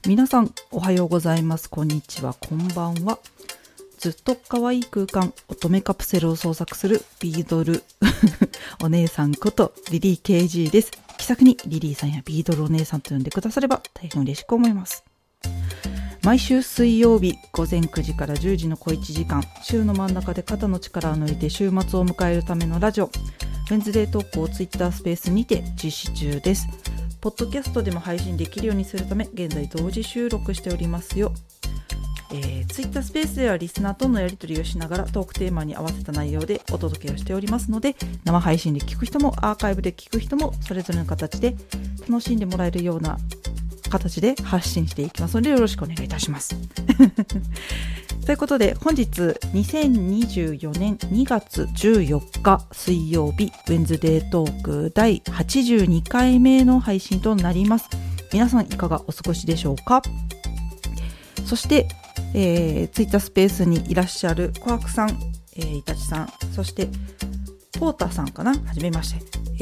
皆さんおはようございます、こんにちは、こんばんは。ずっと可愛い空間乙女カプセルを創作するビードルお姉さんことリリー KG です。気さくにリリーさんやビードルお姉さんと呼んでくだされば大変嬉しく思います。毎週水曜日午前9時から10時の小1時間、週の真ん中で肩の力を抜いて週末を迎えるためのラジオウェンズデートークをツイッタースペースにて実施中です。ポッドキャストでも配信できるようにするため現在同時収録しておりますよ。ツイッタースペースではリスナーとのやり取りをしながらトークテーマに合わせた内容でお届けをしておりますので、生配信で聞く人もアーカイブで聞く人もそれぞれの形で楽しんでもらえるような形で発信していきますのでよろしくお願いいたしますということで本日2024年2月14日水曜日ウェンズデートーク第82回目の配信となります。皆さんいかがお過ごしでしょうか。そしてツイッタースペースにいらっしゃるコアクさん、イタチさん、そしてポーターさんかな、はじめまして、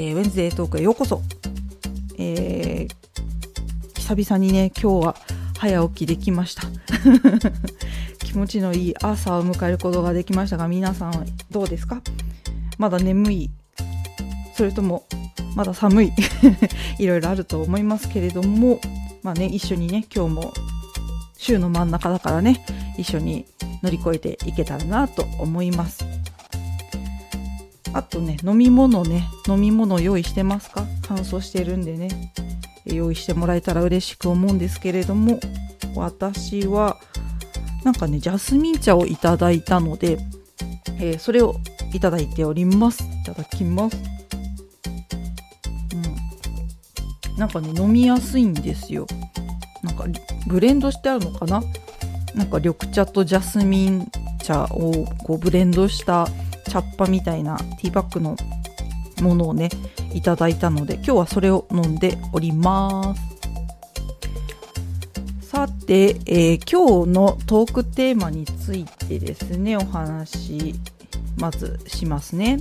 ウェンズデートークへようこそ。久々にね今日は早起きできました気持ちのいい朝を迎えることができましたが、皆さんはどうですか。まだ眠い、それともまだ寒いいろいろあると思いますけれども、まあね、一緒にね今日も週の真ん中だからね一緒に乗り越えていけたらなと思います。あとね飲み物用意してますか。乾燥してるんでね用意してもらえたら嬉しく思うんですけれども、私はなんかねジャスミン茶をいただいたので、それをいただいております。いただきます。なんかね飲みやすいんですよ。なんかブレンドしてあるのかな。なんか緑茶とジャスミン茶をこうブレンドした茶っ葉みたいなティーバッグのものをねいただいたので今日はそれを飲んでおります。さて、今日のトークテーマについてですねお話まずしますね。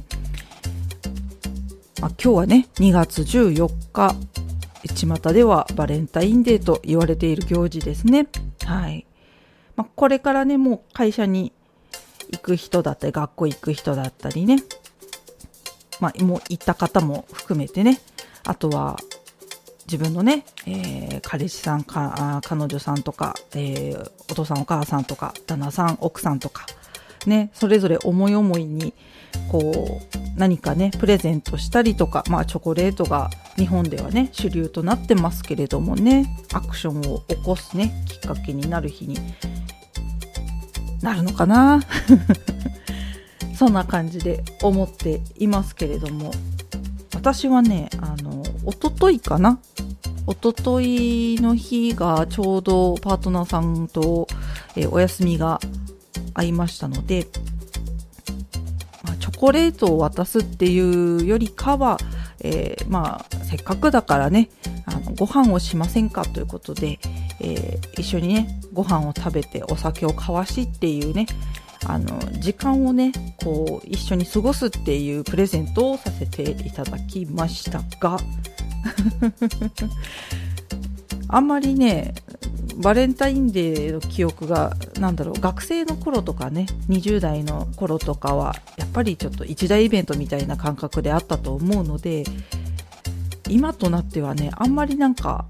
今日はね2月14日巷ではバレンタインデーと言われている行事ですね。はい。これからねもう会社に行く人だったり学校行く人だったりね、もう行った方も含めてね、あとは自分のね、彼氏さんか彼女さんとか、お父さんお母さんとか旦那さん奥さんとかね、それぞれ思い思いにこう何かねプレゼントしたりとか、チョコレートが日本ではね主流となってますけれどもね、アクションを起こすねきっかけになる日になるのかなそんな感じで思っていますけれども、私はね一昨日の日がちょうどパートナーさんと、お休みが合いましたので、チョコレートを渡すっていうよりかは、せっかくだからねご飯をしませんかということで、一緒にねご飯を食べてお酒を交わしっていうね時間をねこう一緒に過ごすっていうプレゼントをさせていただきましたがあんまりねバレンタインデーの記憶が学生の頃とかね20代の頃とかはやっぱりちょっと一大イベントみたいな感覚であったと思うので、今となってはねあんまり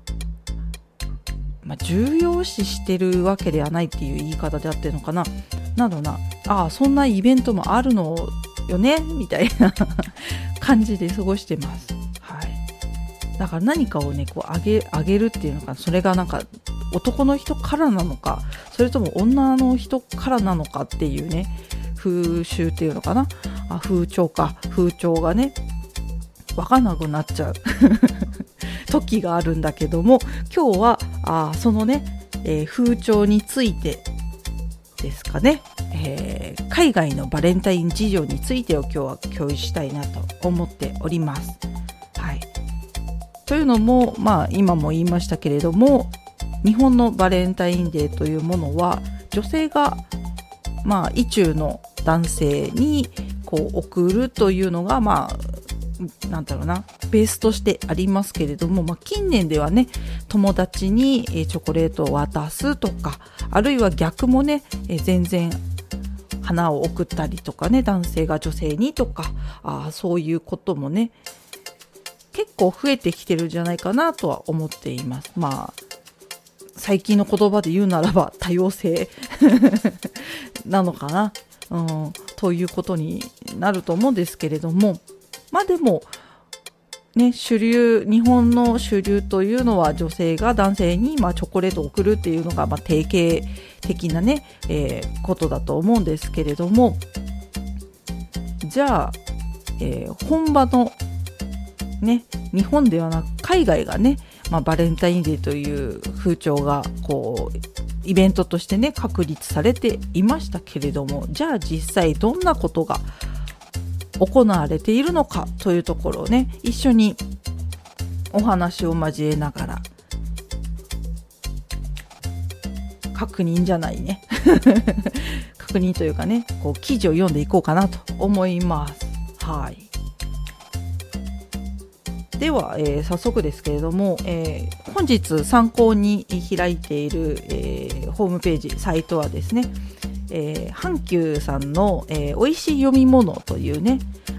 重要視してるわけではないっていう言い方であってるのかな。そんなイベントもあるのよねみたいな感じで過ごしてます。はい。だから何かをねこうあげるっていうのかな、それが男の人からなのかそれとも女の人からなのかっていうね風習っていうのかな、風潮がね分かんなくなっちゃう時があるんだけども、今日はそのね、風潮についてですかね、海外のバレンタイン事情についてを今日は共有したいなと思っております。はい。というのも今も言いましたけれども、日本のバレンタインデーというものは女性が意中の男性にこう送るというのがベースとしてありますけれども、近年ではね友達にチョコレートを渡すとか、あるいは逆もね、全然花を贈ったりとかね、男性が女性にとか、そういうこともね結構増えてきてるんじゃないかなとは思っています。最近の言葉で言うならば多様性なのかな、ということになると思うんですけれども、でもね、日本の主流というのは女性が男性にチョコレートを贈るっていうのが定型的なね、ことだと思うんですけれども、じゃあ、本場のね、日本ではなく海外がね、バレンタインデーという風潮がイベントとしてね確立されていましたけれども、じゃあ実際どんなことが行われているのかというところをね、一緒にお話を交えながら確認というかね、記事を読んでいこうかなと思います。はい。では、早速ですけれども、本日参考に開いている、ホームページサイトはですね、阪急さんの、おいしい読み物というね、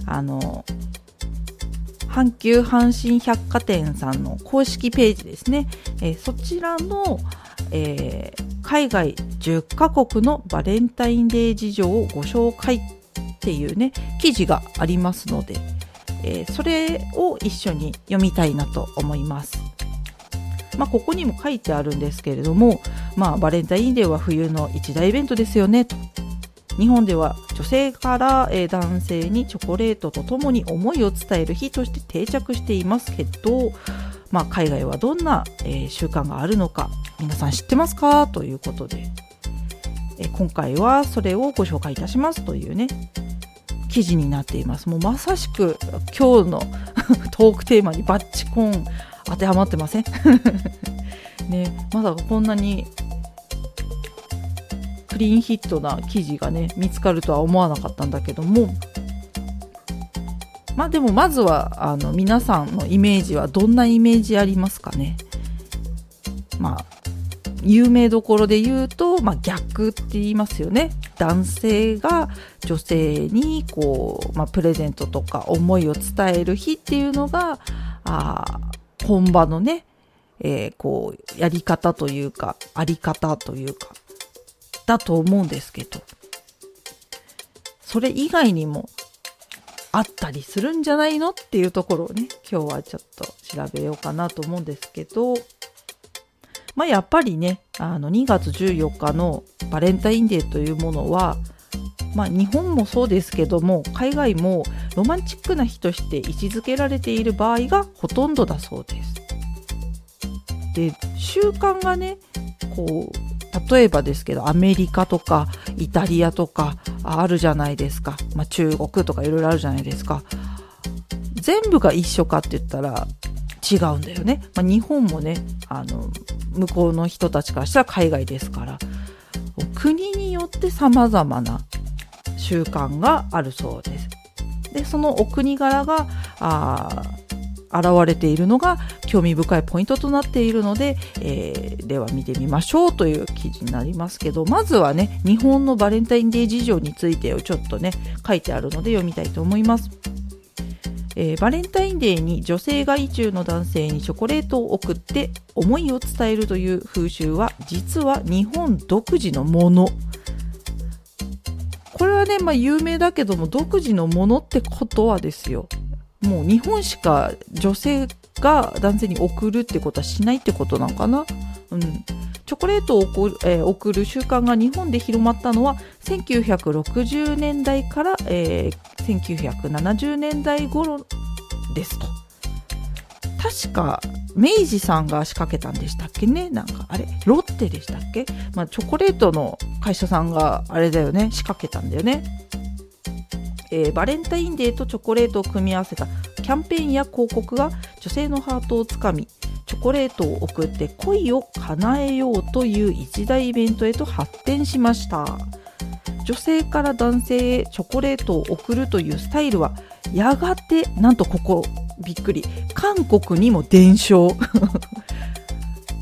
阪急阪神百貨店さんの公式ページですね、そちらの、海外10カ国のバレンタインデー事情をご紹介っていうね記事がありますので、それを一緒に読みたいなと思います。ここにも書いてあるんですけれども、バレンタインデーは冬の一大イベントですよねと。日本では女性から男性にチョコレートとともに思いを伝える日として定着していますけど、海外はどんな習慣があるのか皆さん知ってますかということで、今回はそれをご紹介いたしますというね記事になっています。もうまさしく今日のトークテーマにバッチコン当てはまってませんね、まさかこんなにクリーンヒットな記事がね見つかるとは思わなかったんだけども、でもまずは皆さんのイメージはどんなイメージありますかね。有名どころで言うと、逆って言いますよね。男性が女性にプレゼントとか思いを伝える日っていうのが本場のね、やり方というかあり方というかだと思うんですけど、それ以外にもあったりするんじゃないのっていうところをね今日はちょっと調べようかなと思うんですけど、やっぱりね2月14日のバレンタインデーというものは、日本もそうですけども海外もロマンチックな日として位置づけられている場合がほとんどだそうです。で、習慣がね例えばですけどアメリカとかイタリアとかあるじゃないですか、中国とかいろいろあるじゃないですか。全部が一緒かって言ったら違うんだよね。日本もね向こうの人たちからしたら海外ですから、国によって様々な習慣があるそうです。で、そのお国柄が現れているのが興味深いポイントとなっているので、では見てみましょうという記事になりますけど、まずはね日本のバレンタインデー事情についてをちょっとね書いてあるので読みたいと思います。バレンタインデーに女性が意中の男性にチョコレートを贈って思いを伝えるという風習は実は日本独自のもの。これはね、有名だけども独自のものってことはですよ、もう日本しか女性が男性に贈るってことはしないってことなのかな。チョコレートを贈る習慣が日本で広まったのは1960年代から、1970年代頃ですと。確か明治さんが仕掛けたんでしたっけね。ロッテでしたっけ。チョコレートの会社さんがあれだよね、仕掛けたんだよね。バレンタインデーとチョコレートを組み合わせたキャンペーンや広告が女性のハートをつかみ、チョコレートを贈って恋を叶えようという一大イベントへと発展しました。女性から男性へチョコレートを贈るというスタイルはやがてなんとここびっくり韓国にも伝承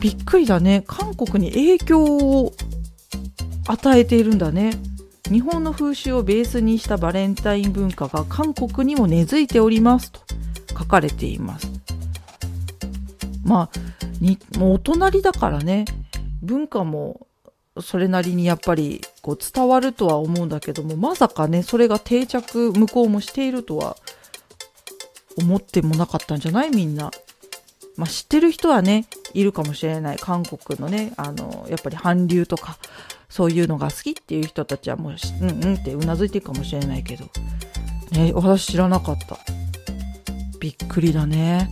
びっくりだね。韓国に影響を与えているんだね。日本の風習をベースにしたバレンタイン文化が韓国にも根付いておりますと書かれています。もうお隣だからね、文化もそれなりにやっぱりこう伝わるとは思うんだけども、まさかねそれが定着向こうもしているとは思ってもなかったんじゃない？みんな。知ってる人はねいるかもしれない。韓国のねやっぱり韓流とかそういうのが好きっていう人たちはもうってうなずいてるかもしれないけど、私知らなかった。びっくりだね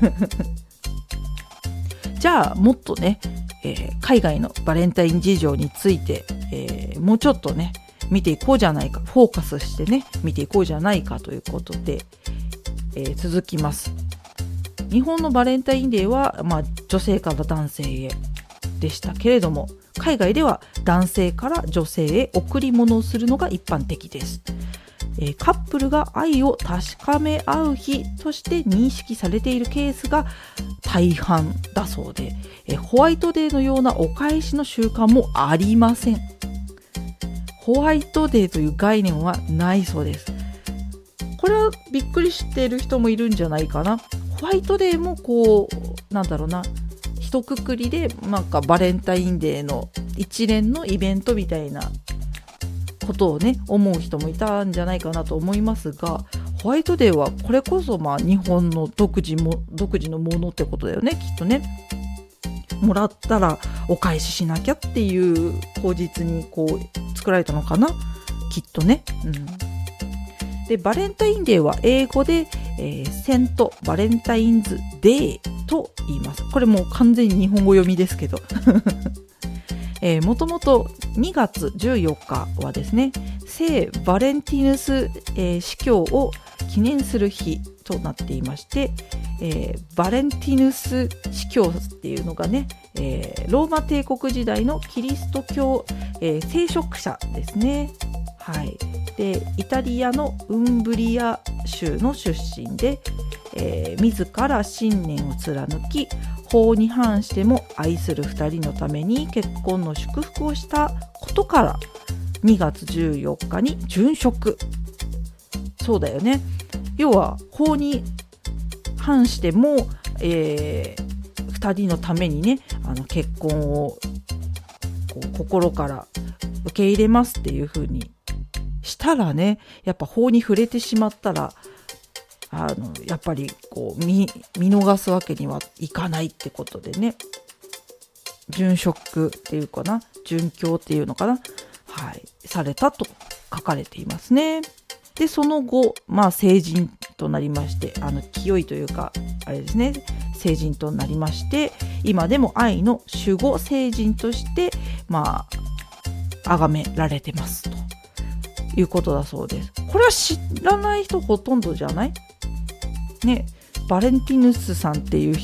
じゃあもっとね、海外のバレンタイン事情について、もうちょっとね見ていこうじゃないか、フォーカスしてね見ていこうじゃないかということで、続きます。日本のバレンタインデーは、女性から男性へでしたけれども、海外では男性から女性へ贈り物をするのが一般的です。カップルが愛を確かめ合う日として認識されているケースが大半だそうで、ホワイトデーのようなお返しの習慣もありません。ホワイトデーという概念はないそうです。これはびっくりしている人もいるんじゃないかな。ホワイトデーもこう一括りでバレンタインデーの一連のイベントみたいなことをね思う人もいたんじゃないかなと思いますが、ホワイトデーはこれこそ日本の独自のものってことだよね、きっとね。もらったらお返ししなきゃっていう口実にこう作られたのかな、きっとね。でバレンタインデーは英語で、セントバレンタインズデーと言います。これもう完全に日本語読みですけどもともと2月14日はですね、聖バレンティヌス、司教を記念する日となっていまして、バレンティヌス司教っていうのがね、ローマ帝国時代のキリスト教、聖職者ですね。でイタリアのウンブリア州の出身で、自ら信念を貫き、法に反しても愛する2人のために結婚の祝福をしたことから2月14日に殉職。そうだよね。要は法に反しても、2人のためにね結婚をこう心から受け入れますっていう風にしたらね、やっぱ法に触れてしまったらやっぱりこう 見逃すわけにはいかないってことでね、殉職っていうかな、殉教っていうのかな、されたと書かれていますね。でその後、成人となりまして、清いというかあれですね、成人となりまして、今でも愛の守護聖人として崇められてますということだそうです。これは知らない人ほとんどじゃないね。バレンティヌスさんっていう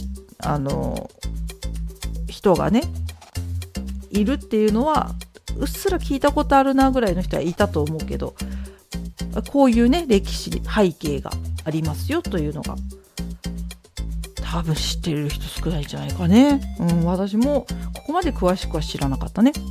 人がねいるっていうのはうっすら聞いたことあるなぐらいの人はいたと思うけど、こういうね歴史背景がありますよというのが多分知ってる人少ないんじゃないかね。私もここまで詳しくは知らなかったね。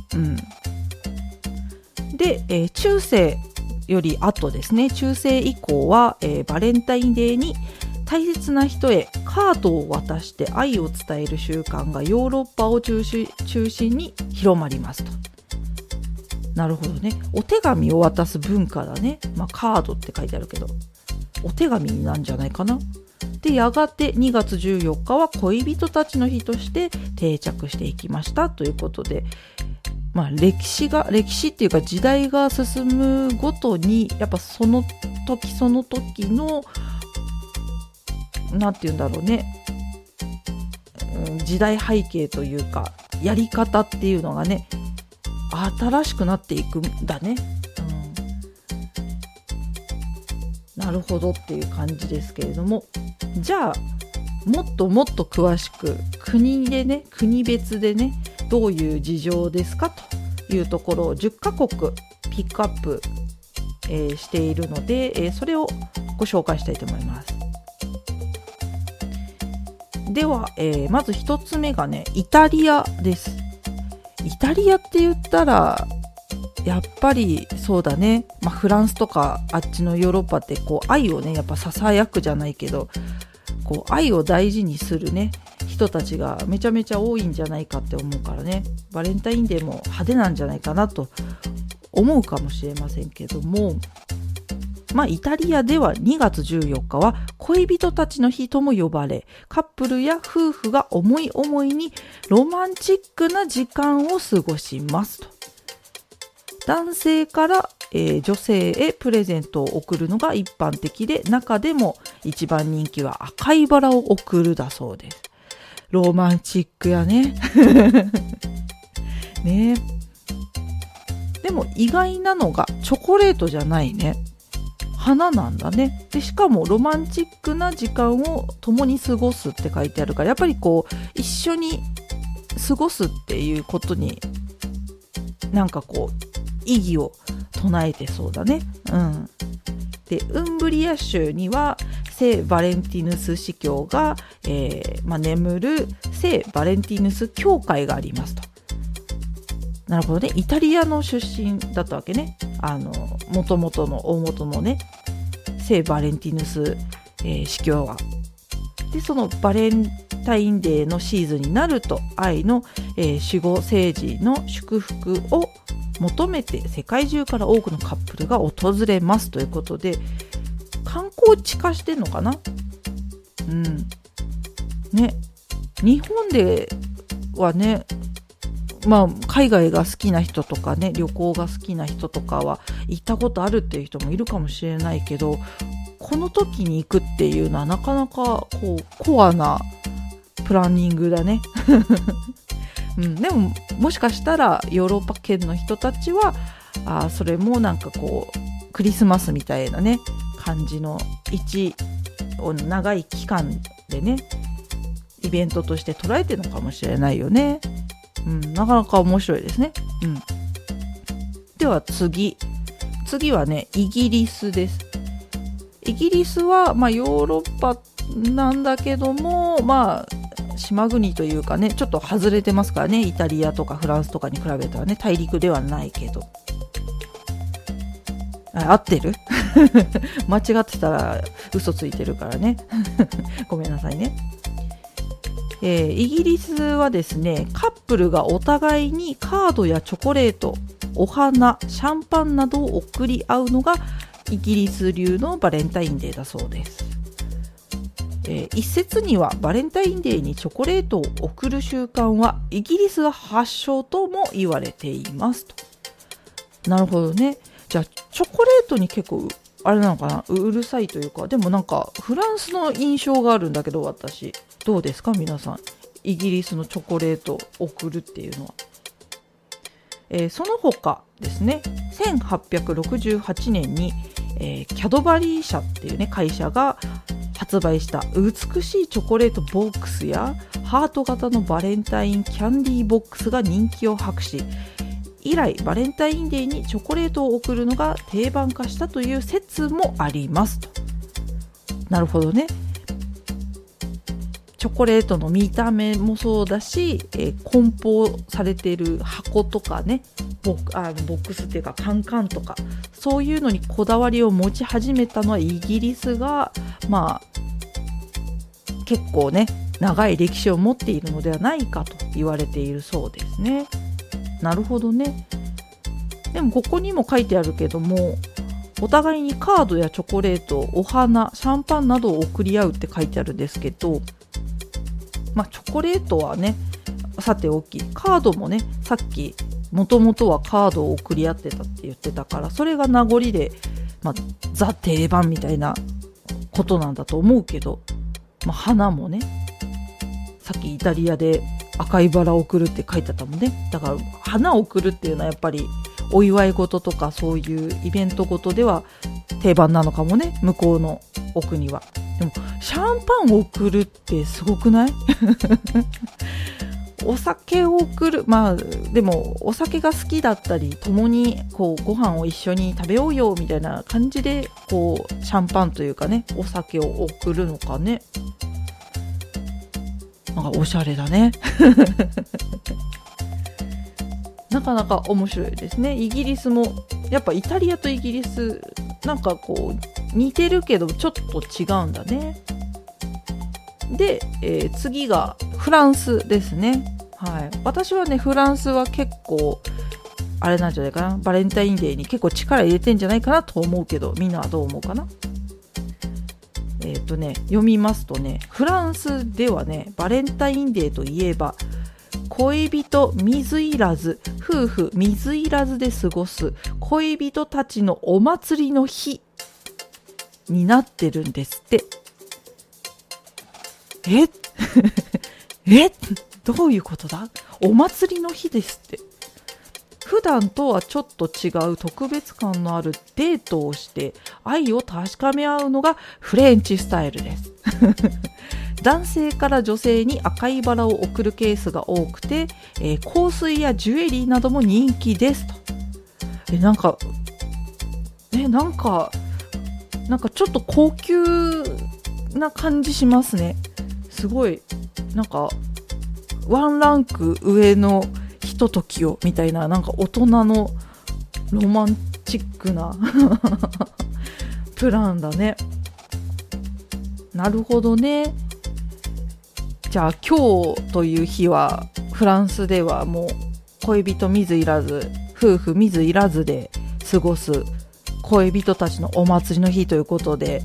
で、中世より後ですね、中世以降は、バレンタインデーに大切な人へカードを渡して愛を伝える習慣がヨーロッパを中心に広まりますと。なるほどね。お手紙を渡す文化だね。カードって書いてあるけどお手紙なんじゃないかな。でやがて2月14日は恋人たちの日として定着していきましたということで、歴史っていうか時代が進むごとにやっぱその時その時のなんていうんだろうね、時代背景というかやり方っていうのがね新しくなっていくんだね。なるほどっていう感じですけれども、じゃあもっともっと詳しく国別でねどういう事情ですかというところを10カ国ピックアップ、しているので、それをご紹介したいと思います。 では、まず一つ目がね、イタリアです。イタリアって言ったらやっぱりそうだね、フランスとかあっちのヨーロッパってこう愛をねやっぱささやくじゃないけど、こう愛を大事にするね人たちがめちゃめちゃ多いんじゃないかって思うからね、バレンタインデーも派手なんじゃないかなと思うかもしれませんけども、イタリアでは2月14日は恋人たちの日とも呼ばれ、カップルや夫婦が思い思いにロマンチックな時間を過ごしますと。男性から、女性へプレゼントを贈るのが一般的で、中でも一番人気は赤いバラを贈るだそうです。ロマンチックやね。ね。でも意外なのがチョコレートじゃないね。花なんだね。でしかもロマンチックな時間を共に過ごすって書いてあるから、やっぱりこう一緒に過ごすっていうことになんかこう意義を唱えてそうだね。でウンブリア州には聖バレンティヌス司教が、眠る聖バレンティヌス教会がありますと。なるほどね。イタリアの出身だったわけね。元々の大元のね聖バレンティヌス、司教は。でそのバレンタインデーのシーズンになると愛の、守護聖事の祝福を求めて世界中から多くのカップルが訪れますということで、観光地化してんのかな。ね、日本ではね、海外が好きな人とかね、旅行が好きな人とかは行ったことあるっていう人もいるかもしれないけど、この時に行くっていうのはなかなかこうコアなプランニングだね。でももしかしたらヨーロッパ圏の人たちはそれもなんかこうクリスマスみたいなね感じの長い期間でねイベントとして捉えてるのかもしれないよね。なかなか面白いですね。では次はねイギリスです。イギリスはヨーロッパなんだけども島国というかねちょっと外れてますからね、イタリアとかフランスとかに比べたらね大陸ではないけど。合ってる間違ってたら嘘ついてるからねごめんなさいね。イギリスはですね、カップルがお互いにカードやチョコレート、お花、シャンパンなどを贈り合うのがイギリス流のバレンタインデーだそうです。一説にはバレンタインデーにチョコレートを贈る習慣はイギリスが発祥とも言われていますと。なるほどね。じゃあチョコレートに結構あれなのかな、うるさいというか、でもなんかフランスの印象があるんだけど、私どうですか皆さん、イギリスのチョコレートを贈るっていうのは。その他ですね、1868年に、キャドバリー社っていうね会社が発売した美しいチョコレートボックスやハート型のバレンタインキャンディーボックスが人気を博し、以来バレンタインデーにチョコレートを贈るのが定番化したという説もありますと。なるほどね。チョコレートの見た目もそうだし、梱包されている箱とかね、ボックスっていうかカンカンとか、そういうのにこだわりを持ち始めたのはイギリスが結構ね長い歴史を持っているのではないかと言われているそうですね。なるほどね。でもここにも書いてあるけども、お互いにカードやチョコレート、お花、シャンパンなどを贈り合うって書いてあるんですけど、チョコレートはねさておき、カードもねさっきもともとはカードを贈り合ってたって言ってたから、それが名残で、ザ定番みたいなことなんだと思うけど、花もねさっきイタリアで赤いバラを贈るって書いてあったもんね。だから花を贈るっていうのはやっぱりお祝い事とかそういうイベント事では定番なのかもね、向こうのお国は。でもシャンパンを贈るってすごくないお酒を贈る、でもお酒が好きだったり共にこうご飯を一緒に食べようよみたいな感じでこうシャンパンというかねお酒を贈るのかね。 なんかおしゃれだねなかなか面白いですね。イギリスもやっぱイタリアとイギリスなんかこう似てるけどちょっと違うんだね。で、次がフランスですね。はい、私はねフランスは結構あれなんじゃないかな、バレンタインデーに結構力入れてんじゃないかなと思うけど、みんなはどう思うかな。読みますとね、フランスではねバレンタインデーといえば恋人水入らず、夫婦水入らずで過ごす恋人たちのお祭りの日になってるんですって。どういうことだ？お祭りの日ですって。普段とはちょっと違う特別感のあるデートをして愛を確かめ合うのがフレンチスタイルです男性から女性に赤いバラを贈るケースが多くて、香水やジュエリーなども人気ですと。なんかちょっと高級な感じしますね。すごいなんかワンランク上のひとときをみたいな、なんか大人のロマンチックなプランだね。なるほどね。じゃあ今日という日はフランスではもう恋人水入らず、夫婦水入らずで過ごす恋人たちのお祭りの日ということで、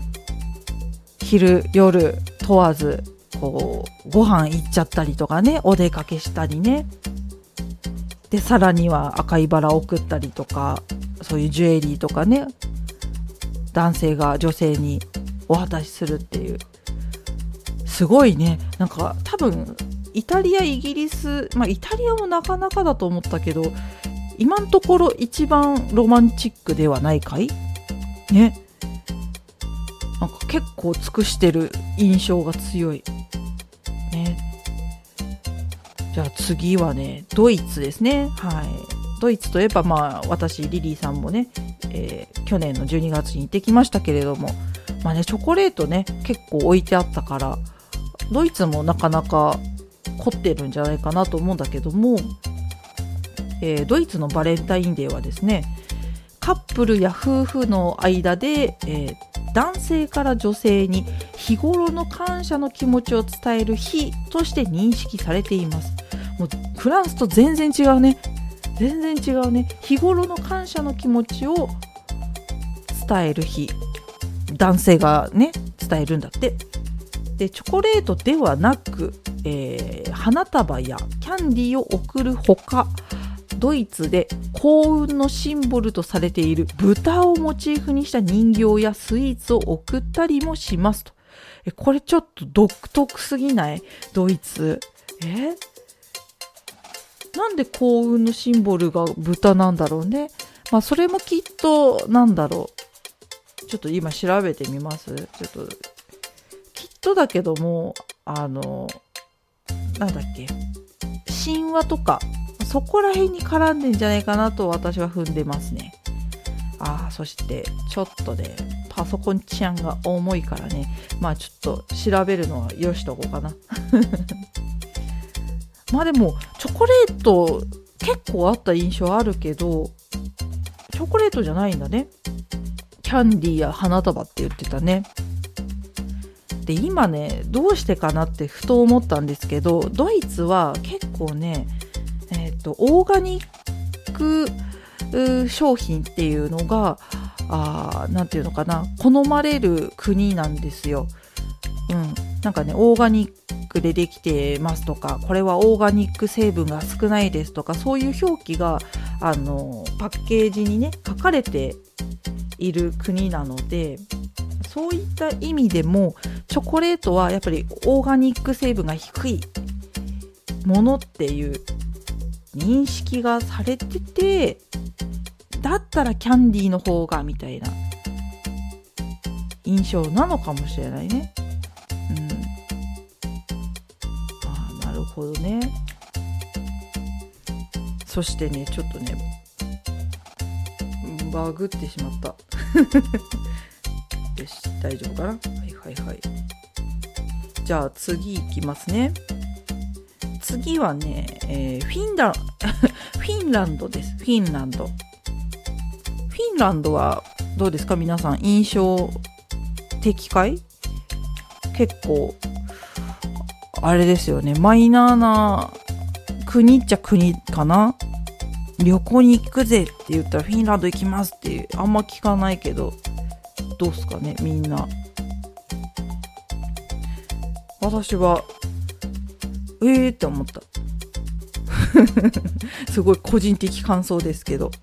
昼夜問わずこうご飯行っちゃったりとかね、お出かけしたりね、でさらには赤いバラを送ったりとか、そういうジュエリーとかね、男性が女性にお渡しするっていう、すごいね。なんか多分イタリアイギリス、イタリアもなかなかだと思ったけど、今のところ一番ロマンチックではないかいね。なんか結構尽くしてる印象が強いね。じゃあ次はね、ドイツですね。はい。ドイツといえば私リリーさんもね、去年の12月に行ってきましたけれども、チョコレートね結構置いてあったから、ドイツもなかなか凝ってるんじゃないかなと思うんだけども、ドイツのバレンタインデーはですね、カップルや夫婦の間で、男性から女性に日頃の感謝の気持ちを伝える日として認識されています。もうフランスと全然違うね。日頃の感謝の気持ちを伝える日、男性がね伝えるんだって。でチョコレートではなく、花束やキャンディーを贈るほか、ドイツで幸運のシンボルとされている豚をモチーフにした人形やスイーツを贈ったりもしますと。これちょっと独特すぎない？ドイツ。なんで幸運のシンボルが豚なんだろうね。それもきっとなんだろう。ちょっと今調べてみます。ちょっときっとだけども、なんだっけ、神話とかそこら辺に絡んでんじゃないかなと私は踏んでますね。そしてちょっとねパソコン治安が重いからね、ちょっと調べるのはよしとこうかなでもチョコレート結構あった印象あるけど、チョコレートじゃないんだね。キャンディーや花束って言ってたね。で今ねどうしてかなってふと思ったんですけど、ドイツは結構ねオーガニック商品っていうのがなんていうのかな、好まれる国なんですよ。なんかねオーガニックでできてますとか、これはオーガニック成分が少ないですとか、そういう表記がパッケージにね書かれている国なので、そういった意味でもチョコレートはやっぱりオーガニック成分が低いものっていう認識がされてて、だったらキャンディーの方がみたいな印象なのかもしれないね。なるほどね。そしてねちょっとねバグってしまったよし大丈夫かな。はい。 じゃあ次いきますね。次はね、フィンランドです。フィンランドはどうですか皆さん、印象的かい？結構あれですよね、マイナーな国っちゃ国かな。旅行に行くぜって言ったらフィンランド行きますってあんま聞かないけど、どうすかねみんな。私はって思ったすごい個人的感想ですけど、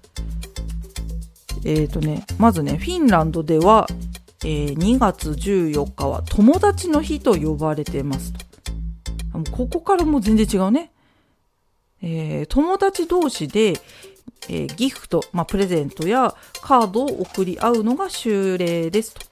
まずね、フィンランドでは、2月14日は友達の日と呼ばれてますと。ここからもう全然違うね。友達同士で、ギフト、プレゼントやカードを送り合うのが慣例ですと。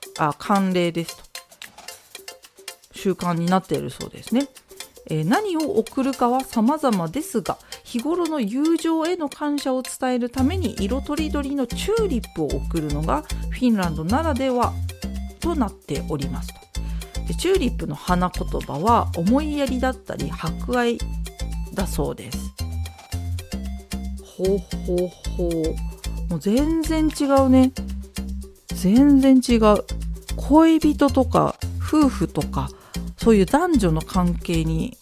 習慣になっているそうですね。何を送るかは様々ですが、日頃の友情への感謝を伝えるために色とりどりのチューリップを送るのがフィンランドならではとなっておりますと。でチューリップの花言葉は思いやりだったり博愛だそうです。もう全然違うね。全然違う。恋人とか夫婦とかそういう男女の関係に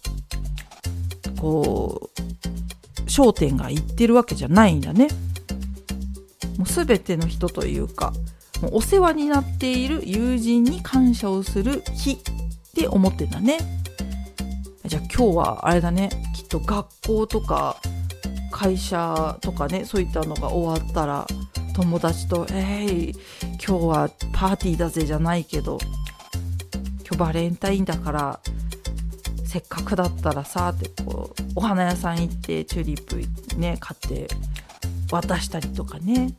こう焦点がいってるわけじゃないんだね。もう全ての人というか、もうお世話になっている友人に感謝をする日って思ってんだね。じゃあ今日はあれだね、きっと学校とか会社とかね、そういったのが終わったら友達と今日はパーティーだぜじゃないけど、今日バレンタインだからせっかくだったらさってこうお花屋さん行ってチューリップね買って渡したりとかね、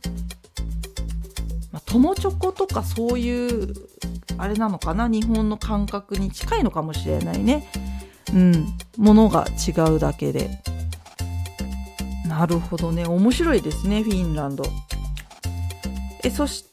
友チョコとかそういうあれなのかな、日本の感覚に近いのかもしれないね。ものが違うだけで。なるほどね、面白いですねフィンランド。そして、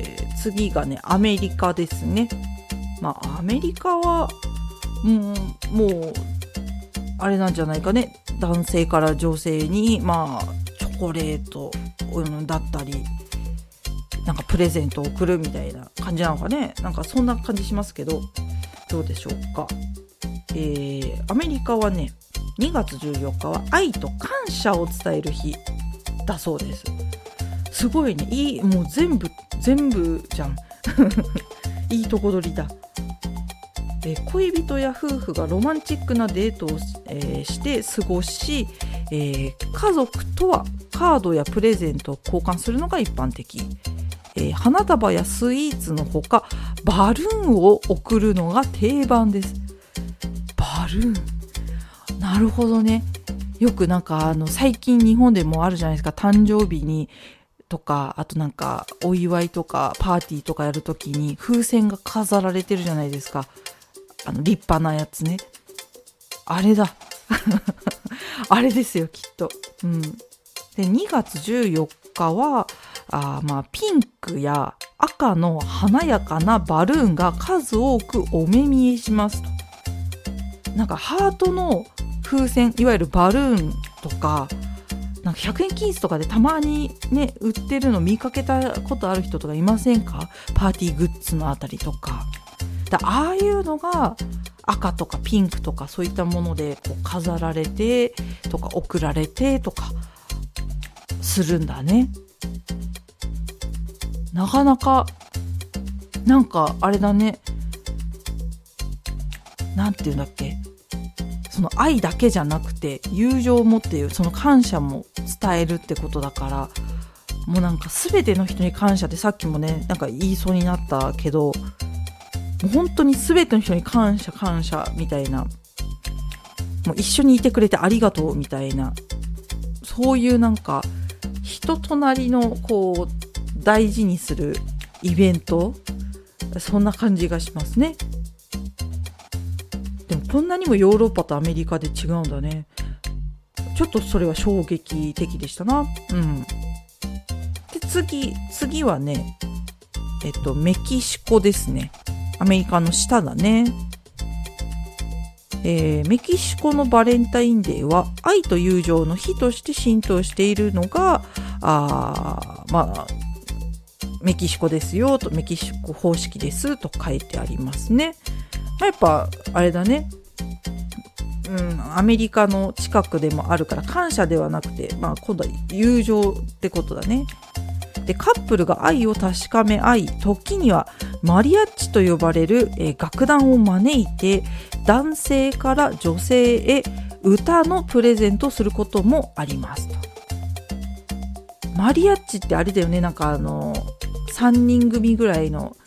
次がねアメリカですね。アメリカはもうあれなんじゃないかね、男性から女性にチョコレートだったりなんかプレゼントを送るみたいな感じなのかね。なんかそんな感じしますけど、どうでしょうか。アメリカはね2月14日は愛と感謝を伝える日だそうです。すごいね、もう全部じゃんいいとこ取りだ。恋人や夫婦がロマンチックなデートを、して過ごし、家族とはカードやプレゼントを交換するのが一般的。花束やスイーツのほかバルーンを送るのが定番です。バルーン、なるほどね。よくなんか最近日本でもあるじゃないですか、誕生日にとか、あとなんかお祝いとかパーティーとかやるときに風船が飾られてるじゃないですか。立派なやつね。あれだあれですよきっと。で2月14日はピンクや赤の華やかなバルーンが数多くお目見えしますと。なんかハートの風船、いわゆるバルーンとか、なんか100円均一とかでたまにね売ってるの見かけたことある人とかいませんか？パーティーグッズのあたりとか。ああいうのが赤とかピンクとかそういったものでこう飾られてとか送られてとかするんだね。なかなかなんかあれだね、なんていうんだっけ、その愛だけじゃなくて友情を持っているその感謝も伝えるってことだから、もうなんか全ての人に感謝ってさっきもねなんか言いそうになったけど、もう本当に全ての人に感謝みたいな、もう一緒にいてくれてありがとうみたいな、そういうなんか人となりのこう大事にするイベント、そんな感じがしますね。でもこんなにもヨーロッパとアメリカで違うんだね。ちょっとそれは衝撃的でしたな。で次はねメキシコですね。 アメリカの下だね。メキシコのバレンタインデーは愛と友情の日として浸透しているのがメキシコですよと、メキシコ方式ですと書いてありますね。やっぱあれだね、アメリカの近くでもあるから感謝ではなくて、今度は友情ってことだね。でカップルが愛を確かめ合い、時にはマリアッチと呼ばれる、楽団を招いて男性から女性へ歌のプレゼントすることもありますと。マリアッチってあれだよね、なんか3人組ぐらいの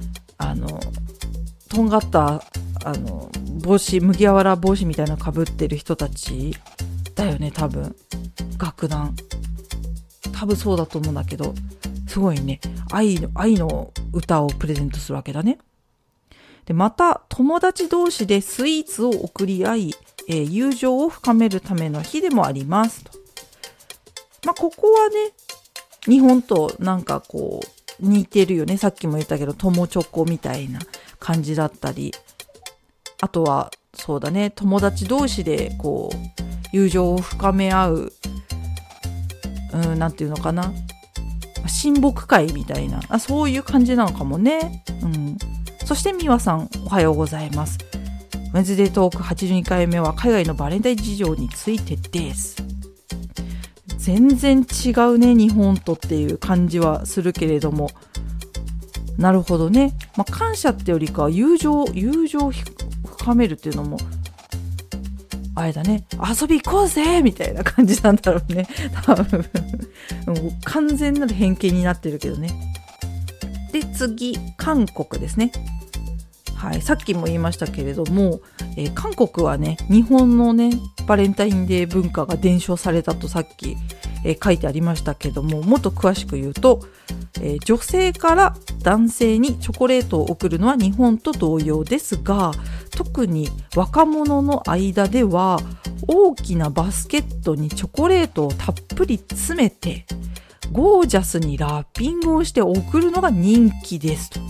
とんがった帽子、麦わら帽子みたいなのかぶってる人たちだよね、多分楽団、多分そうだと思うんだけど、すごいね、愛の歌をプレゼントするわけだね。でまた友達同士でスイーツを贈り合い、友情を深めるための日でもありますと。ここはね、日本となんかこう似てるよね。さっきも言ったけど友チョコみたいな感じだったり、あとはそうだね、友達同士でこう友情を深め合う、なんていうのかな、親睦会みたいな、そういう感じなのかもね。そしてみわさん、おはようございます。ウェンズデートーク82回目は海外のバレンタイン事情についてです。全然違うね、日本とっていう感じはするけれども、なるほどね。感謝ってよりか友情を深めるっていうのもあれだね、遊び行こうぜみたいな感じなんだろうね、多分完全なる偏見になってるけどね。で次、韓国ですね。はい、さっきも言いましたけれども、韓国はね、日本のねバレンタインデー文化が伝承されたとさっき、書いてありましたけども、もっと詳しく言うと、女性から男性にチョコレートを贈るのは日本と同様ですが、特に若者の間では大きなバスケットにチョコレートをたっぷり詰めてゴージャスにラッピングをして贈るのが人気ですと。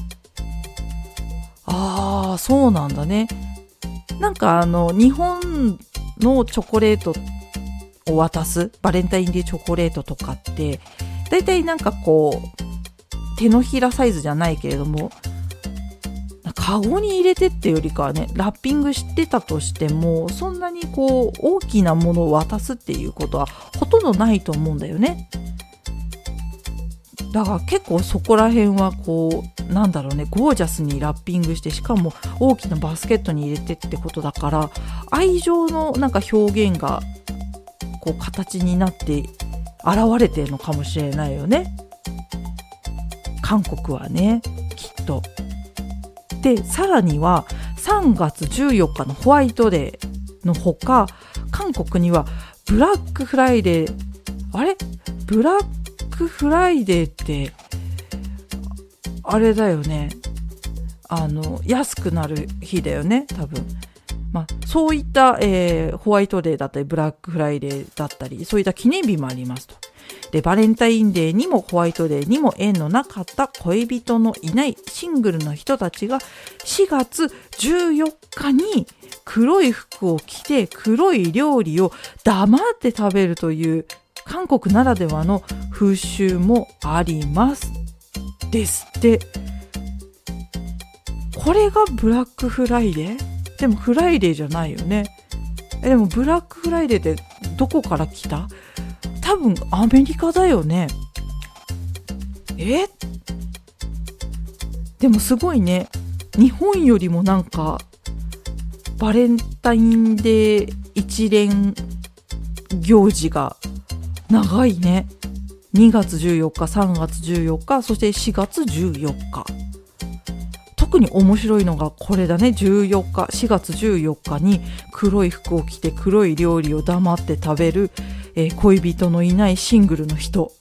そうなんだね。なんか日本のチョコレートを渡すバレンタインデーチョコレートとかってだいたいなんかこう手のひらサイズじゃないけれども、カゴに入れてってよりかはね、ラッピングしてたとしてもそんなにこう大きなものを渡すっていうことはほとんどないと思うんだよね。だから結構そこら辺はこうなんだろうね、ゴージャスにラッピングして、しかも大きなバスケットに入れてってことだから、愛情のなんか表現がこう形になって現れてるのかもしれないよね、韓国はね、きっと。でさらには3月14日のホワイトデーのほか、韓国にはブラックフライデー、ブラックフライデーってあれだよね、安くなる日だよね、多分。そういった、ホワイトデーだったりブラックフライデーだったり、そういった記念日もありますと。でバレンタインデーにもホワイトデーにも縁のなかった恋人のいないシングルの人たちが4月14日に黒い服を着て黒い料理を黙って食べるという韓国ならではの風習もありますですって。これがブラックフライデー？でもフライデーじゃないよね。でもブラックフライデーってどこから来た？多分アメリカだよね。でもすごいね、日本よりもなんかバレンタインデー一連行事が長いね。2月14日、3月14日、そして4月14日。特に面白いのがこれだね。4月14日に黒い服を着て黒い料理を黙って食べる、恋人のいないシングルの人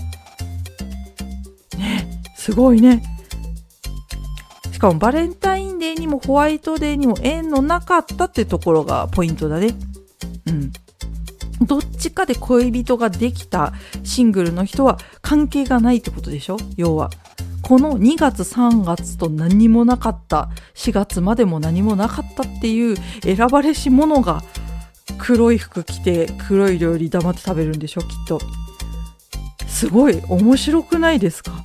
ね、すごいね。しかもバレンタインデーにもホワイトデーにも縁のなかったってところがポイントだね。どっちかで恋人ができたシングルの人は関係がないってことでしょ。要はこの2月3月と何もなかった、4月までも何もなかったっていう選ばれし者が黒い服着て黒い料理黙って食べるんでしょ、きっと。すごい面白くないですか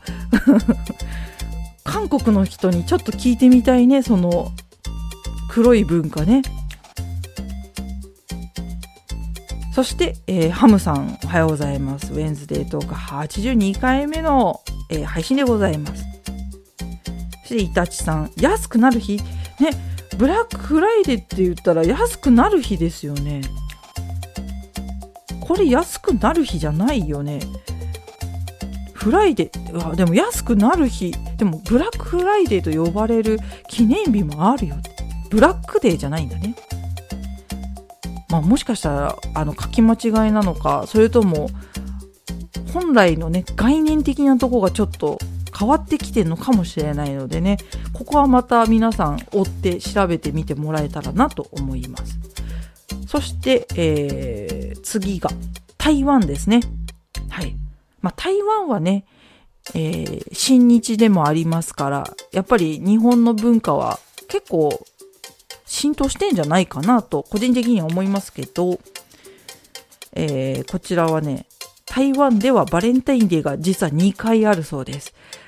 韓国の人にちょっと聞いてみたいね、その黒い文化ね。そして、ハムさんおはようございます。ウェンズデートーク82回目の、配信でございます。そしてイタチさん、安くなる日ね、ブラックフライデーって言ったら安くなる日ですよね。これ安くなる日じゃないよね。フライデー、でも安くなる日、でもブラックフライデーと呼ばれる記念日もあるよ。ブラックデーじゃないんだね。もしかしたら書き間違いなのか、それとも本来のね概念的なところがちょっと変わってきてるのかもしれないのでね、ここはまた皆さん追って調べてみてもらえたらなと思います。そして、次が台湾ですね。はい。台湾はね、親日でもありますから、やっぱり日本の文化は結構浸透してんじゃないかなと個人的には思いますけど、こちらはね、台湾ではバレンタインデーが実は2回あるそうです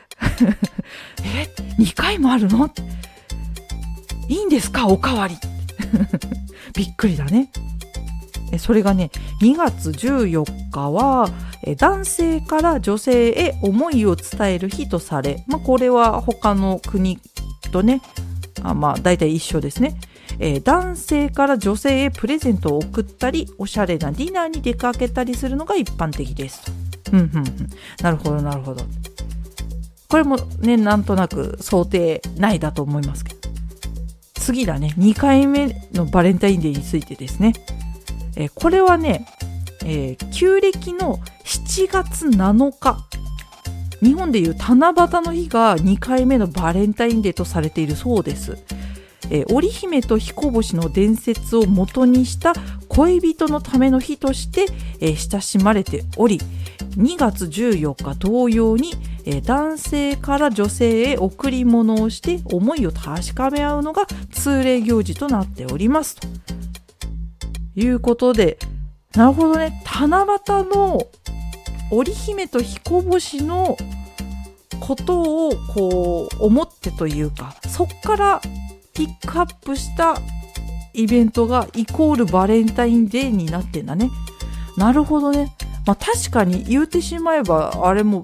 。2回もあるの？いいんですか、おかわりびっくりだね。それがね、2月14日は男性から女性へ思いを伝える日とされ、これは他の国とね、大体一緒ですね。男性から女性へプレゼントを送ったり、おしゃれなディナーに出かけたりするのが一般的です。なるほどなるほど。これもね、なんとなく想定内だと思いますけど、次だね、2回目のバレンタインデーについてですね。これはね、旧暦の7月7日、日本でいう七夕の日が2回目のバレンタインデーとされているそうです。織姫と彦星の伝説を元にした恋人のための日として、親しまれており、2月14日同様に、男性から女性へ贈り物をして思いを確かめ合うのが通例行事となっておりますということで、なるほどね、七夕の織姫と彦星のことをこう思ってというか、そっからピックアップしたイベントがイコールバレンタインデーになってんだね。なるほどね。確かに言うてしまえばあれも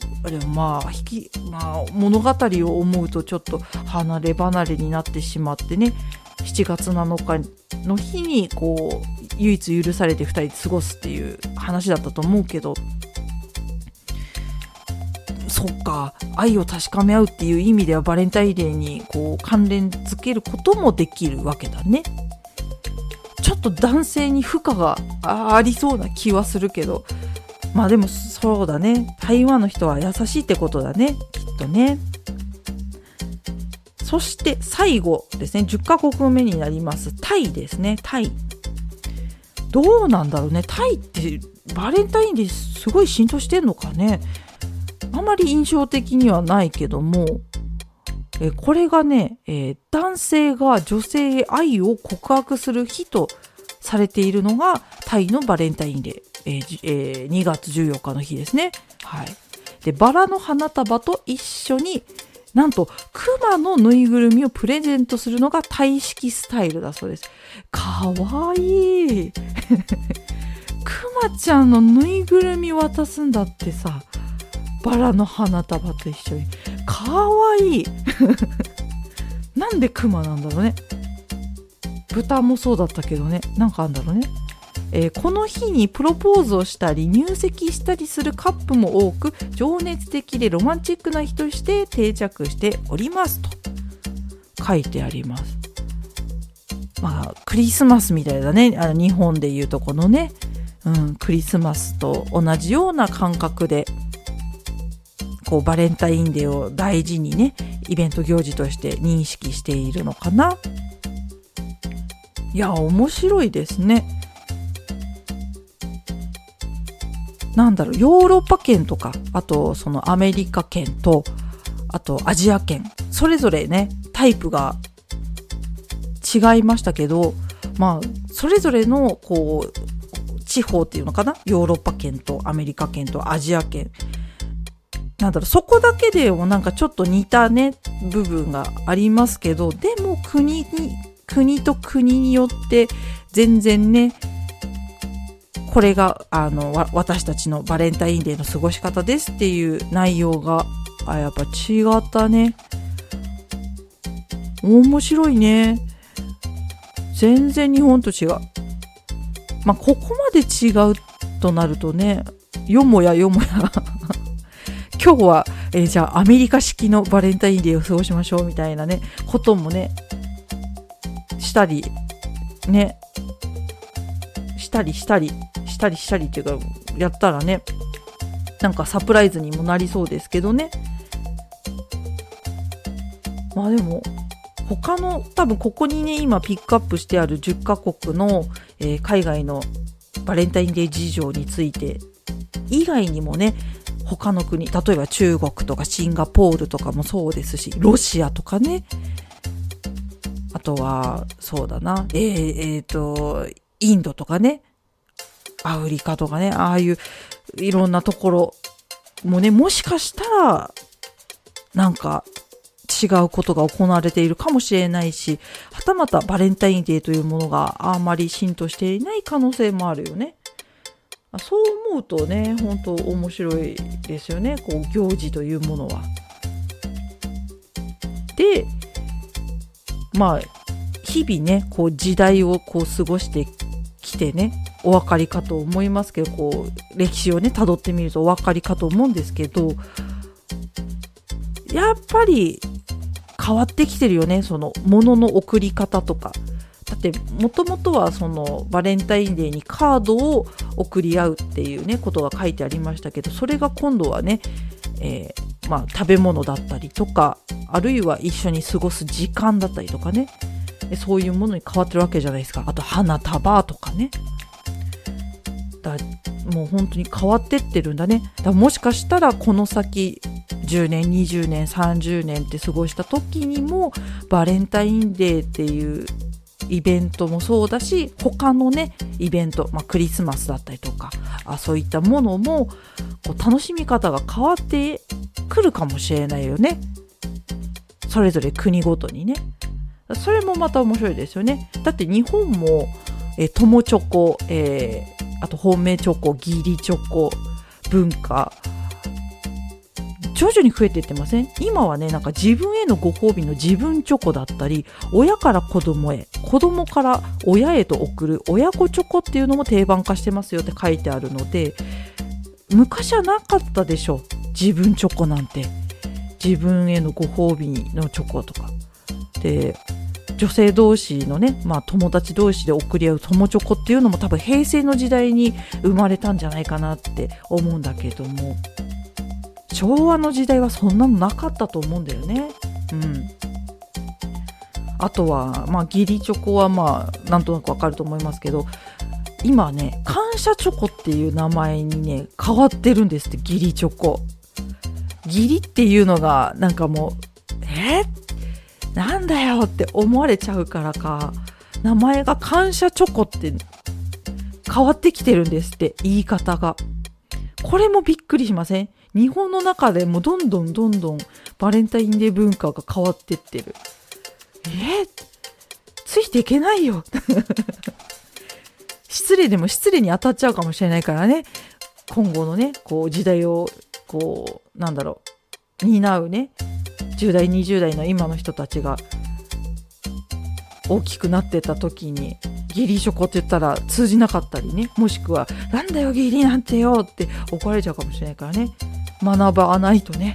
物語を思うとちょっと離れ離れになってしまってね、7月7日の日にこう唯一許されて2人で過ごすっていう話だったと思うけど、そっか、愛を確かめ合うっていう意味ではバレンタインデーにこう関連づけることもできるわけだね。ちょっと男性に負荷がありそうな気はするけど、でもそうだね、台湾の人は優しいってことだね、きっとね。そして最後ですね、10カ国目になりますタイですね。タイどうなんだろうね。タイってバレンタインデーすごい浸透してんのかね。あまり印象的にはないけども、これがね、男性が女性へ愛を告白する日とされているのがタイのバレンタインデー、2月14日の日ですね。はい。で、バラの花束と一緒になんとクマのぬいぐるみをプレゼントするのがタイ式スタイルだそうです。かわいいクマちゃんのぬいぐるみ渡すんだってさ、バラの花束と一緒に。かわいいなんでクマなんだろうね。豚もそうだったけどね、なんかあんだろうね。この日にプロポーズをしたり入籍したりするカップも多く、情熱的でロマンチックな日として定着しておりますと書いてあります。クリスマスみたいだね。日本でいうとこのね、クリスマスと同じような感覚でこうバレンタインデーを大事にね、イベント行事として認識しているのかな。いや、面白いですね。なんだろう、ヨーロッパ圏とか、あとそのアメリカ圏と、 あとアジア圏、それぞれねタイプが違いましたけど、それぞれのこう地方っていうのかな、ヨーロッパ圏とアメリカ圏とアジア圏、そこだけでもなんかちょっと似たね部分がありますけど、でも国と国によって全然ね、これが私たちのバレンタインデーの過ごし方ですっていう内容がやっぱ違ったね。面白いね。全然日本と違う。ここまで違うとなるとね、よもや今日は、じゃあアメリカ式のバレンタインデーを過ごしましょうみたいなねこともねしたりっていうか、やったらね、なんかサプライズにもなりそうですけどね。でも他の多分ここにね今ピックアップしてある10カ国の、海外のバレンタインデー事情について以外にもね、他の国、例えば中国とかシンガポールとかもそうですし、ロシアとかね、あとはそうだな、インドとかね、アフリカとかね、ああいういろんなところもね、もしかしたらなんか違うことが行われているかもしれないし、はたまたバレンタインデーというものがあまり浸透していない可能性もあるよね。そう思うとね、本当面白いですよね、こう行事というものは。で、日々ねこう時代をこう過ごしてきてね、お分かりかと思いますけど、こう歴史をね辿ってみるとお分かりかと思うんですけど、やっぱり変わってきてるよね、その物の送り方とか。だってもともとはそのバレンタインデーにカードを送り合うっていうねことが書いてありましたけど、それが今度はね、食べ物だったりとか、あるいは一緒に過ごす時間だったりとかね、そういうものに変わってるわけじゃないですか。あと花束とかね、もう本当に変わってってるんだね。もしかしたらこの先10年20年30年って過ごした時にもバレンタインデーっていうイベントもそうだし、他のねイベント、クリスマスだったりとか、そういったものもこう楽しみ方が変わってくるかもしれないよね、それぞれ国ごとにね。それもまた面白いですよね。だって日本も友チョコ、あと本命チョコ、義理チョコ文化徐々に増えていってません？今はね、なんか自分へのご褒美の自分チョコだったり、親から子供へ、子供から親へと送る親子チョコっていうのも定番化してますよって書いてあるので、昔はなかったでしょ、自分チョコなんて。自分へのご褒美のチョコとかで、女性同士のね、友達同士で送り合う友チョコっていうのも多分平成の時代に生まれたんじゃないかなって思うんだけども、昭和の時代はそんなのなかったと思うんだよね。あとは義理チョコはなんとなくわかると思いますけど、今ね感謝チョコっていう名前にね変わってるんですって。義理チョコ、義理っていうのがなんかもうなんだよって思われちゃうからか、名前が感謝チョコって変わってきてるんですって、言い方が。これもびっくりしません？日本の中でもどんどんバレンタインデー文化が変わってってる。ついていけないよ失礼でも失礼に当たっちゃうかもしれないからね、今後のねこう時代をこう担うね10代20代の今の人たちが大きくなってた時に義理チョコって言ったら通じなかったりね、もしくはなんだよ義理なんてよって怒られちゃうかもしれないからね、学ばないとね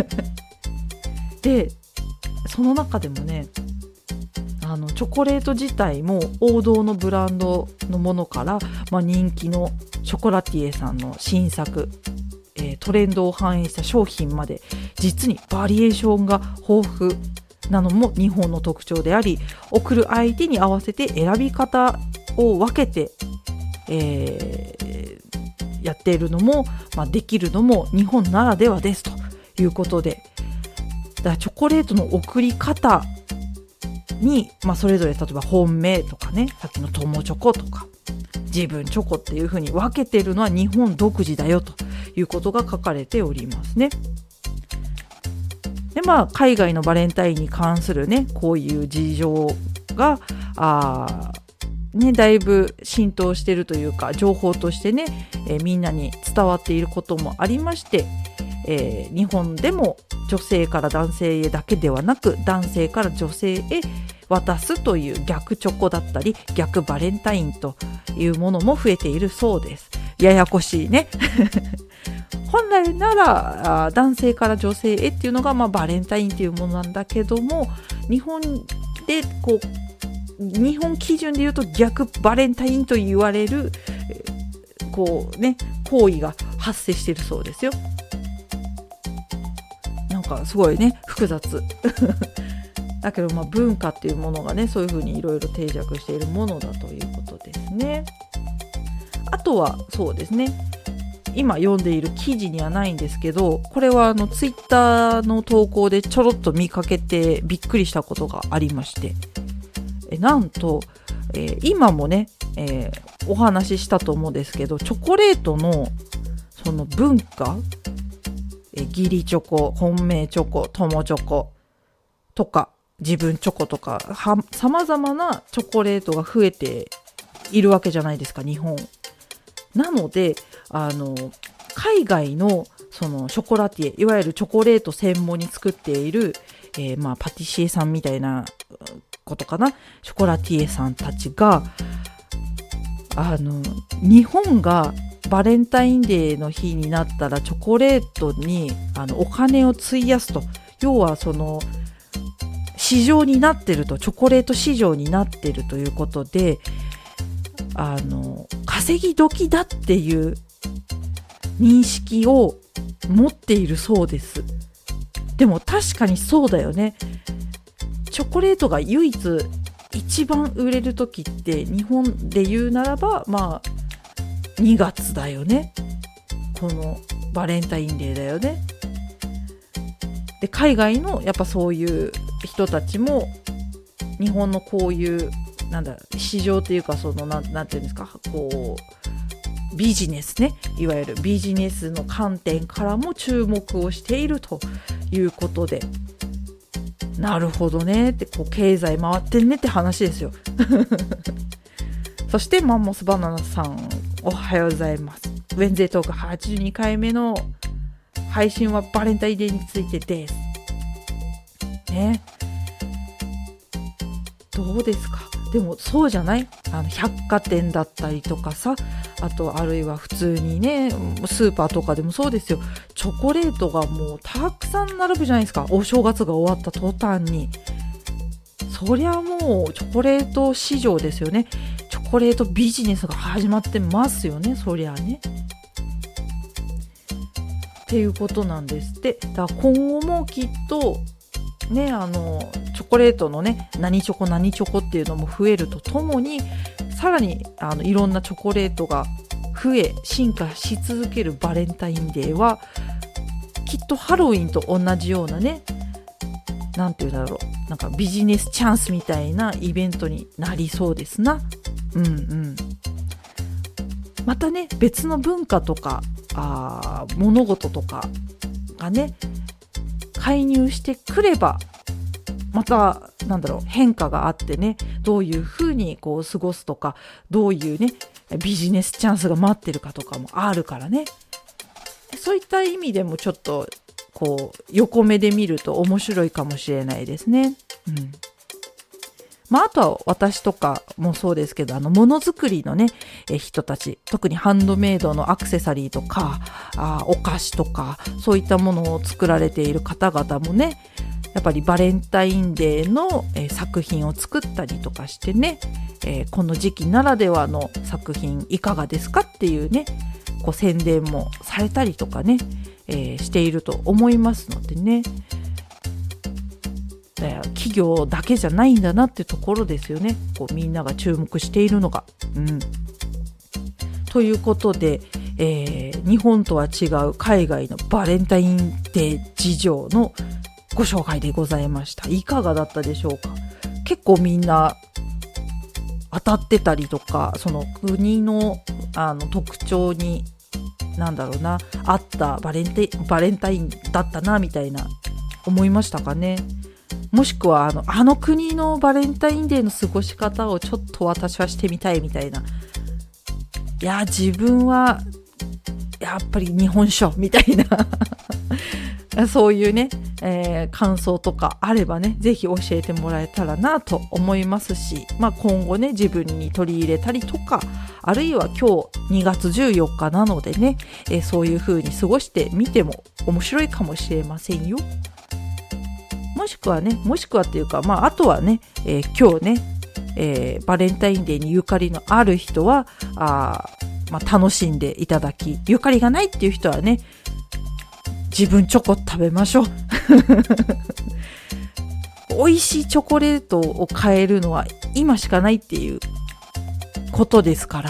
で、その中でもねチョコレート自体も王道のブランドのものから、人気のショコラティエさんの新作、トレンドを反映した商品まで実にバリエーションが豊富なのも日本の特徴であり、送る相手に合わせて選び方を分けて、やっているのも、できるのも日本ならではですということで、 だからチョコレートの送り方に、それぞれ例えば本命とかね、さっきの友チョコとか自分チョコっていう風に分けてるのは日本独自だよということが書かれておりますね。で海外のバレンタインに関するね、こういう事情がだいぶ浸透しているというか、情報としてね、みんなに伝わっていることもありまして、日本でも女性から男性へだけではなく、男性から女性へ渡すという逆チョコだったり逆バレンタインというものも増えているそうです。ややこしいね本来なら男性から女性へっていうのがバレンタインっていうものなんだけども、日本で日本基準で言うと逆バレンタインと言われる行為が発生しているそうですよ。なんかすごいね、複雑だけど文化っていうものがね、そういうふうにいろいろ定着しているものだということですね。あとはそうですね、今読んでいる記事にはないんですけど、これはツイッターの投稿でちょろっと見かけてびっくりしたことがありまして、なんと、今もね、お話ししたと思うんですけど、チョコレートのその文化、義理チョコ、本命チョコ、友チョコとか自分チョコとか様々なチョコレートが増えているわけじゃないですか、日本。なので海外のそのショコラティエ、いわゆるチョコレート専門に作っている、パティシエさんみたいなことかな、ショコラティエさんたちが日本がバレンタインデーの日になったらチョコレートにお金を費やすと、要はその市場になってると、チョコレート市場になってるということで、稼ぎ時だっていう認識を持っているそうです。でも確かにそうだよね。チョコレートが唯一一番売れる時って日本で言うならば2月だよね。このバレンタインデーだよね。で海外のやっぱそういう人たちも日本のこういう市場っていうか、そのなんていうんですか、ビジネスね、いわゆるビジネスの観点からも注目をしているということで、なるほどねって経済回ってんねって話ですよそしてマンモスバナナさん、おはようございます。ウェンゼートーク82回目の配信はバレンタインデーについてですね。どうですか。でもそうじゃない？百貨店だったりとかさ、あとあるいは普通にね、スーパーとかでもそうですよ。チョコレートがもうたくさん並ぶじゃないですか。お正月が終わった途端に。そりゃもうチョコレート市場ですよね。チョコレートビジネスが始まってますよね。そりゃね。っていうことなんですって。だから今後もきっとね、チョコレートのね、何チョコっていうのも増えるとともに、さらにいろんなチョコレートが増え進化し続けるバレンタインデーは、きっとハロウィンと同じようなね、なんていうんだろう、なんかビジネスチャンスみたいなイベントになりそうですな。またね、別の文化とか物事とかがね介入してくれば、また変化があってね、どういうふうに過ごすとか、どういうねビジネスチャンスが待ってるかとかもあるからね。そういった意味でもちょっと横目で見ると面白いかもしれないですね。あとは私とかもそうですけど、ものづくりのね人たち、特にハンドメイドのアクセサリーとかお菓子とか、そういったものを作られている方々もね、やっぱりバレンタインデーの作品を作ったりとかしてね、この時期ならではの作品いかがですかっていうね、宣伝もされたりとかね、していると思いますのでね、企業だけじゃないんだなっていうところですよね。みんなが注目しているのが。ということで、日本とは違う海外のバレンタインデー事情のご紹介でございました。いかがだったでしょうか。結構みんな当たってたりとか、その国の特徴に合ったバレンタインだったなみたいな思いましたかね。もしくはあの国のバレンタインデーの過ごし方をちょっと私はしてみたいみたいな、いや自分はやっぱり日本酒みたいなそういうね、感想とかあればね、ぜひ教えてもらえたらなと思いますし、今後ね自分に取り入れたりとか、あるいは今日2月14日なのでね、そういう風に過ごしてみても面白いかもしれませんよ。もしくはっていうか、あとはね、今日ね、バレンタインデーにゆかりのある人は楽しんでいただき、ゆかりがないっていう人はね、自分チョコ食べましょう美味しいチョコレートを買えるのは今しかないっていうことですから、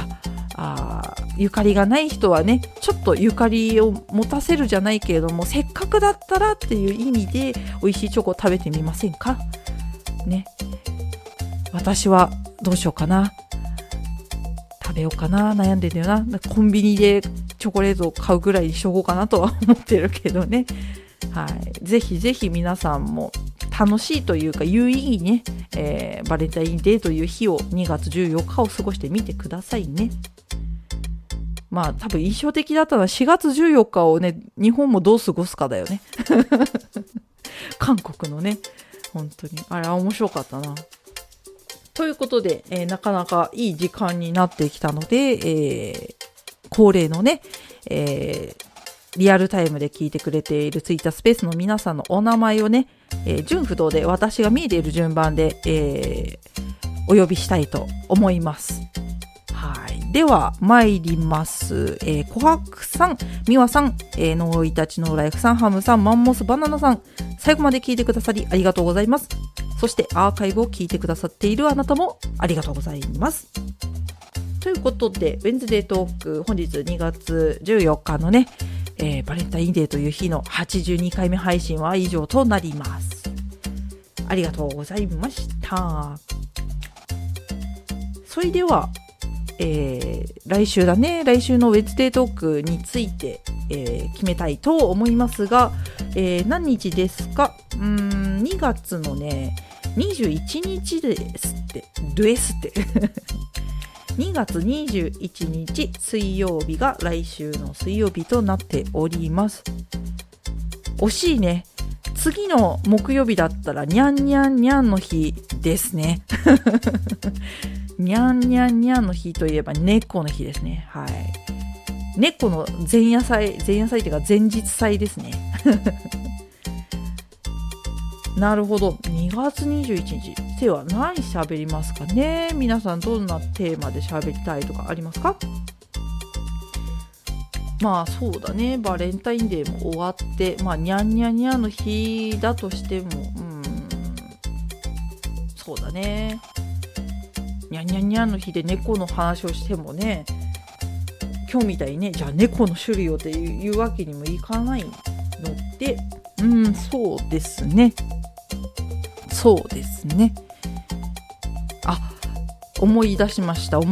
ゆかりがない人はね、ちょっとゆかりを持たせるじゃないけれども、せっかくだったらっていう意味で美味しいチョコを食べてみませんかね。私はどうしようかな、食べようかな、悩んでるよな。コンビニでチョコレートを買うぐらいにしとこうかなとは思ってるけどね。はい、ぜひぜひ皆さんも楽しいというか有意義にね、バレンタインデーという日を2月14日を過ごしてみてくださいね。多分印象的だったのは4月14日をね、日本もどう過ごすかだよね韓国のね、本当にあれは面白かったな。ということで、なかなかいい時間になってきたので、恒例のね、リアルタイムで聞いてくれているツイッタースペースの皆さんのお名前をね、順不同で私が見えている順番で、お呼びしたいと思います。はい。では参ります。琥珀さん、みわさん、ノーイタチノーライフさん、ハムさん、マンモスバナナさん、最後まで聞いてくださりありがとうございます。そしてアーカイブを聞いてくださっているあなたもありがとうございます。ということで、ウェンズデートーク、本日2月14日のね、バレンタインデーという日の82回目配信は以上となります。ありがとうございました。それでは、来週のウェンズデートークについて、決めたいと思いますが、何日ですか？2月のね、21日ですって2月21日水曜日が来週の水曜日となっております。惜しいね。次の木曜日だったらにゃんにゃんにゃんの日ですねにゃんにゃんにゃんの日といえば猫の日ですね。はい。猫の前夜祭っていうか前日祭ですねなるほど。2月21日では何喋りますかね。皆さんどんなテーマで喋りたいとかありますか？そうだね。バレンタインデーも終わって、にゃんにゃんにゃんの日だとしても、そうだね。にゃんにゃんにゃんの日で猫の話をしてもね、今日みたいにね、じゃあ猫の種類をっていうわけにもいかないので、そうですね。思い出しました。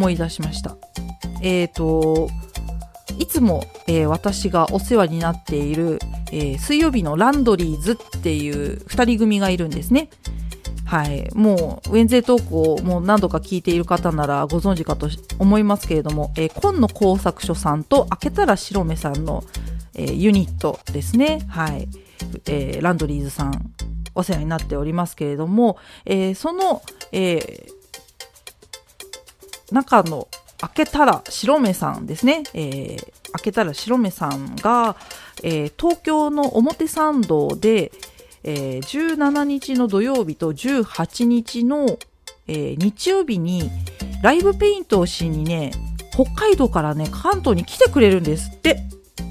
いつも、私がお世話になっている、水曜日のランドリーズっていう2人組がいるんですね。はい。もうウェンズデートークをもう何度か聞いている方ならご存知かと思いますけれども、今野工作所さんと開けたら白目さんの、ユニットですね。はい。ランドリーズさんお世話になっておりますけれども、その、中の開けたら白目さんですね。開けたら白目さんが、東京の表参道で、17日の土曜日と18日の、日曜日にライブペイントをしにね、北海道からね関東に来てくれるんですって。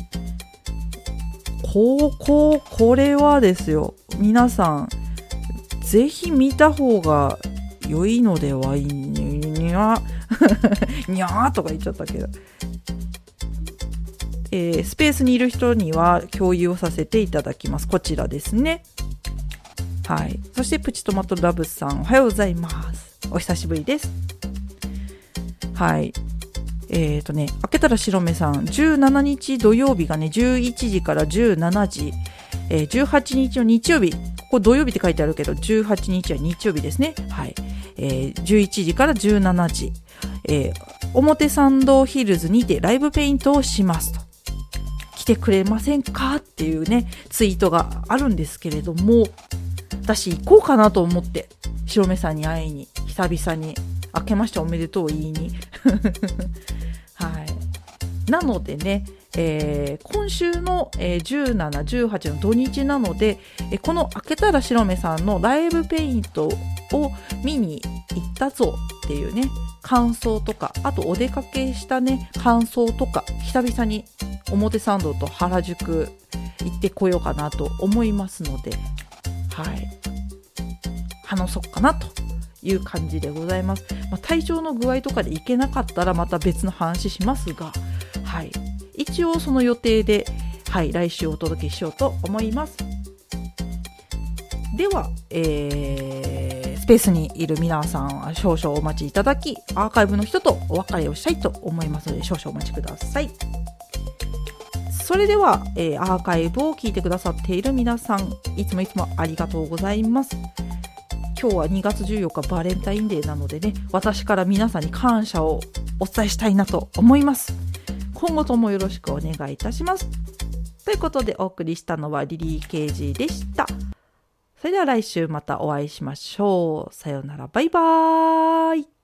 これはですよ、皆さんぜひ見た方が良いのではいにゃにゃーとか言っちゃったけど、スペースにいる人には共有をさせていただきます。こちらですね。 はい。そしてプチトマトラブさん、おはようございます。お久しぶりです。はい。開けたら白目さん、17日土曜日がね、11時から17時、18日の日曜日、ここ土曜日って書いてあるけど、18日は日曜日ですね。はい。11時から17時、表参道ヒルズにてライブペイントをしますと。来てくれませんかっていうね、ツイートがあるんですけれども、私行こうかなと思って、白目さんに会いに、久々に、明けましておめでとう言いに。はい。なのでね、今週の、17、18の土日なので、この開けたら白目さんのライブペイントを見に行ったぞっていうね、感想とか、あとお出かけしたね、感想とか、久々に表参道と原宿行ってこようかなと思いますので、はい。話そうかなという感じでございます。体調の具合とかで行けなかったらまた別の話しますが、はい。一応その予定で、はい、来週お届けしようと思います。では、スペースにいる皆さんは少々お待ちいただき、アーカイブの人とお別れをしたいと思いますので、少々お待ちください。それでは、アーカイブを聞いてくださっている皆さん、いつもありがとうございます。今日は2月14日バレンタインデーなのでね、私から皆さんに感謝をお伝えしたいなと思います。今後ともよろしくお願いいたします。ということでお送りしたのはリリー・ケージでした。それでは来週またお会いしましょう。さようなら、バイバーイ。